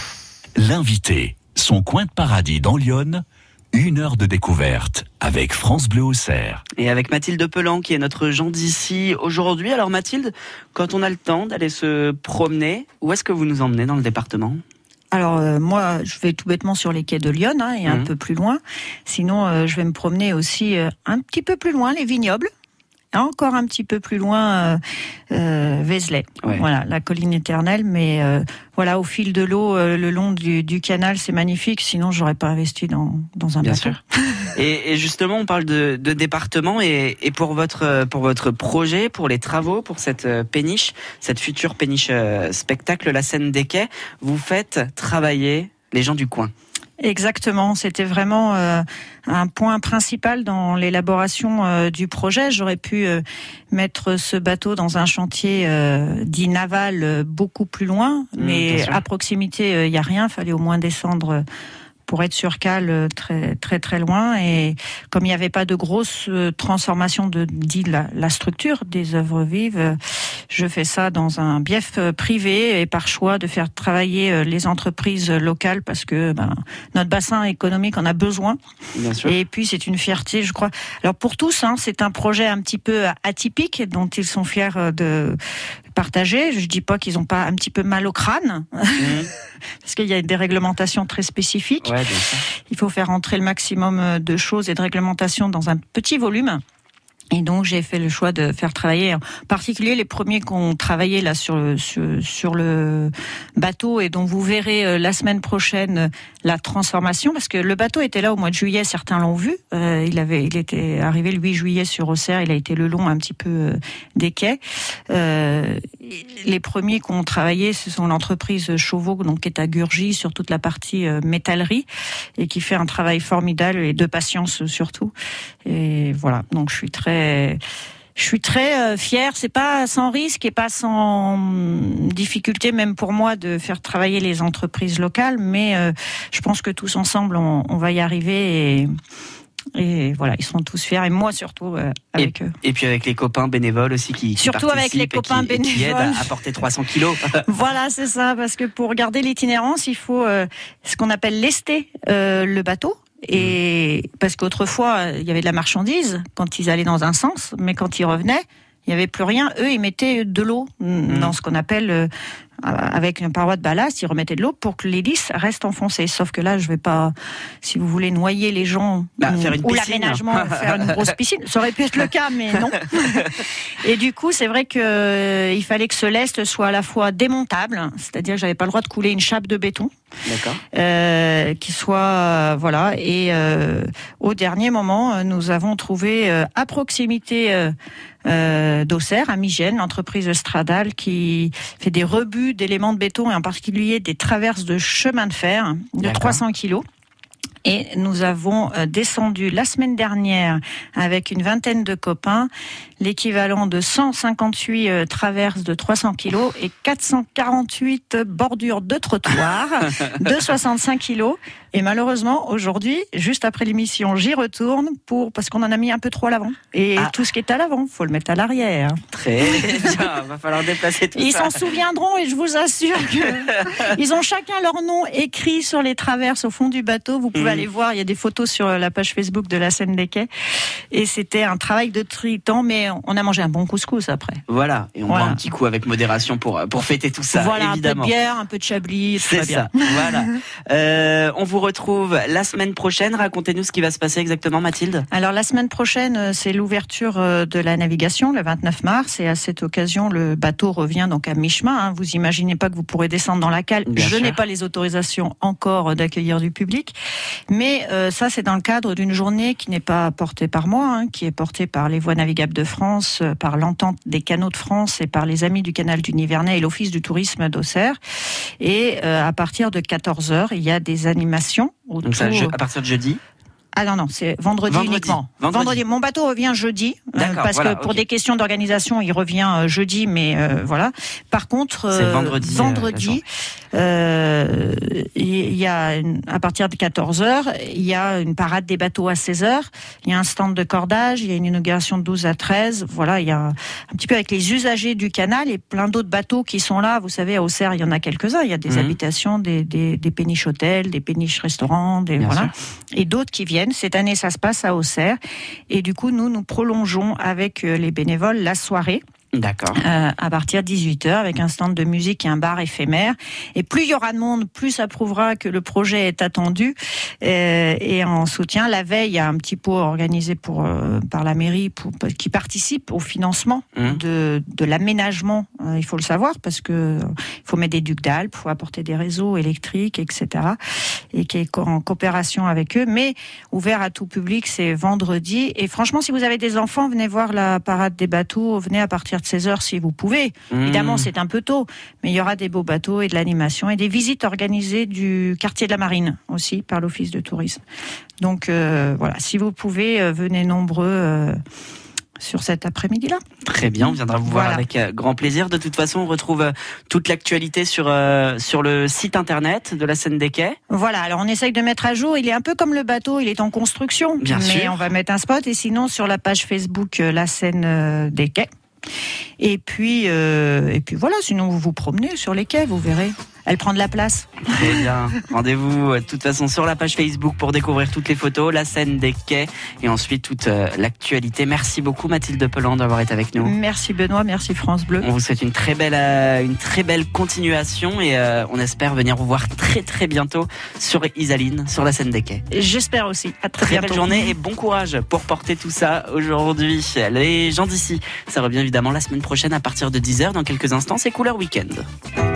L'invité, son coin de paradis dans Lyon, 1 heure de découverte avec France Bleu Auxerre. Et avec Mathilde Pelan qui est notre gens d'ici aujourd'hui. Alors Mathilde, quand on a le temps d'aller se promener, où est-ce que vous nous emmenez dans le département ? Alors moi, je vais tout bêtement sur les quais de Lyon et un peu plus loin. Sinon, je vais me promener aussi un petit peu plus loin, les vignobles. Encore un petit peu plus loin, Vézelay. Ouais. Voilà, la colline éternelle. Mais voilà, au fil de l'eau, le long du canal, c'est magnifique. Sinon, j'aurais pas investi dans un Bien bateau. Sûr. Et justement, on parle de département et pour votre projet, pour les travaux, pour cette péniche, cette future péniche spectacle, la Seine des Quais, vous faites travailler les gens du coin. Exactement, c'était vraiment un point principal dans l'élaboration du projet. J'aurais pu mettre ce bateau dans un chantier dit naval beaucoup plus loin, mais à proximité, il n'y a rien, il fallait au moins descendre pour être sur cale très très très loin. Et comme il n'y avait pas de grosse transformation de la structure des œuvres vives, je fais ça dans un bief privé et par choix de faire travailler les entreprises locales parce que notre bassin économique en a besoin. Bien sûr. Et puis c'est une fierté, je crois. Alors pour tous, c'est un projet un petit peu atypique dont ils sont fiers de partager. Je dis pas qu'ils ont pas un petit peu mal au crâne, parce qu'il y a des réglementations très spécifiques. Ouais, bien sûr. Il faut faire entrer le maximum de choses et de réglementations dans un petit volume. Et donc j'ai fait le choix de faire travailler, en particulier les premiers qui ont travaillé là sur le bateau et dont vous verrez la semaine prochaine la transformation, parce que le bateau était là au mois de juillet, certains l'ont vu. Il était arrivé le 8 juillet sur Auxerre, il a été le long un petit peu des quais. Les premiers qui ont travaillé, ce sont l'entreprise Chauveau, donc qui est à Gurgy sur toute la partie métallerie et qui fait un travail formidable et de patience surtout. Et voilà, donc je suis très fière. C'est pas sans risque et pas sans difficulté, même pour moi, de faire travailler les entreprises locales. Mais je pense que tous ensemble, on va y arriver. Et voilà, ils sont tous fiers. Et moi, surtout, avec eux. Et puis avec les copains bénévoles aussi qui surtout avec les copains bénévoles qui aident à porter 300 kilos. Voilà, c'est ça. Parce que pour garder l'itinérance, il faut ce qu'on appelle lester le bateau. Et parce qu'autrefois, il y avait de la marchandise quand ils allaient dans un sens, mais quand ils revenaient, il n'y avait plus rien. Eux, ils mettaient de l'eau dans ce qu'on appelle, avec une paroi de ballast, ils remettaient de l'eau pour que l'hélice reste enfoncée. Sauf que là, je vais pas, si vous voulez noyer les gens ou l'aménagement, faire une grosse piscine, ça aurait pu être le cas, mais non. Et du coup, c'est vrai que il fallait que ce lest soit à la fois démontable, c'est-à-dire que j'avais pas le droit de couler une chape de béton. D'accord. Qui soit voilà. Et au dernier moment, nous avons trouvé à proximité d'Auxerre, à Migène, l'entreprise Stradal qui fait des rebuts d'éléments de béton et en particulier des traverses de chemin de fer de 300 kilos. Et nous avons descendu la semaine dernière avec une vingtaine de copains l'équivalent de 158 traverses de 300 kilos et 448 bordures de trottoir de 65 kilos. Et malheureusement, aujourd'hui, juste après l'émission, j'y retourne parce qu'on en a mis un peu trop à l'avant. Et tout ce qui est à l'avant, faut le mettre à l'arrière. Très bien, va falloir déplacer tout ça. Ils s'en souviendront et je vous assure qu'ils ont chacun leur nom écrit sur les traverses au fond du bateau. Vous pouvez aller voir, il y a des photos sur la page Facebook de la Seine des Quais. Et c'était un travail de triton, mais on a mangé un bon couscous après. Voilà, et on boit un petit coup avec modération pour fêter tout ça, voilà, évidemment. Un peu de bière, un peu de chablis, c'est ça, voilà. On vous retrouve la semaine prochaine. Racontez-nous ce qui va se passer exactement, Mathilde. Alors la semaine prochaine, c'est l'ouverture de la navigation, le 29 mars, et à cette occasion, le bateau revient donc à mi-chemin. Vous imaginez pas que vous pourrez descendre dans la cale. Je n'ai pas les autorisations encore d'accueillir du public, mais ça c'est dans le cadre d'une journée qui n'est pas portée par moi, qui est portée par les Voies navigables de France, par l'Entente des canaux de France et par les Amis du canal du Nivernais et l'Office du tourisme d'Auxerre. Et à partir de 14h, il y a des animations. Donc ça, à partir de jeudi? Ah non, c'est vendredi uniquement. Vendredi. Mon bateau revient jeudi, parce que pour des questions d'organisation, il revient jeudi, mais voilà. Par contre, c'est vendredi il y a à partir de 14h, il y a une parade des bateaux à 16h. Il y a un stand de cordage, il y a une inauguration de 12 à 13. Voilà, il y a un petit peu avec les usagers du canal et plein d'autres bateaux qui sont là. Vous savez, à Auxerre, il y en a quelques-uns. Il y a des habitations, des péniches hôtels, des péniches restaurants, voilà. Et d'autres qui viennent. Cette année, ça se passe à Auxerre. Et du coup, nous prolongeons avec les bénévoles la soirée. D'accord. À partir de 18h avec un stand de musique et un bar éphémère. Et plus il y aura de monde, plus ça prouvera que le projet est attendu. Et en soutien, la veille, il y a un petit pot organisé par la mairie qui participe au financement de l'aménagement. Il faut le savoir parce que il faut mettre des ducs d'Alpes, il faut apporter des réseaux électriques, etc. Et qui est en coopération avec eux. Mais ouvert à tout public, c'est vendredi. Et franchement, si vous avez des enfants, venez voir la parade des bateaux. Venez à partir de 16h si vous pouvez. Évidemment, c'est un peu tôt, mais il y aura des beaux bateaux et de l'animation et des visites organisées du quartier de la Marine aussi par l'Office de tourisme. Donc voilà, si vous pouvez, venez nombreux sur cet après-midi-là. Très bien, on viendra vous voir avec grand plaisir. De toute façon, on retrouve toute l'actualité sur le site internet de la Seine des Quais. Voilà, alors on essaye de mettre à jour. Il est un peu comme le bateau, il est en construction. Bien sûr. Mais on va mettre un spot et sinon sur la page Facebook La Seine des Quais. Et puis voilà, sinon vous vous promenez sur les quais, vous verrez. Elle prend de la place. Très bien. Rendez-vous de toute façon sur la page Facebook pour découvrir toutes les photos, la Seine des Quais et ensuite toute l'actualité. Merci beaucoup Mathilde Peland d'avoir été avec nous. Merci Benoît, merci France Bleu. On vous souhaite une très belle continuation et on espère venir vous voir très très bientôt sur Isaline, sur la Seine des Quais. J'espère aussi. À très bientôt. Belle journée et bon courage pour porter tout ça aujourd'hui. Les gens d'ici, ça revient évidemment la semaine prochaine à partir de 10h. Dans quelques instants, c'est Couleur Week-end.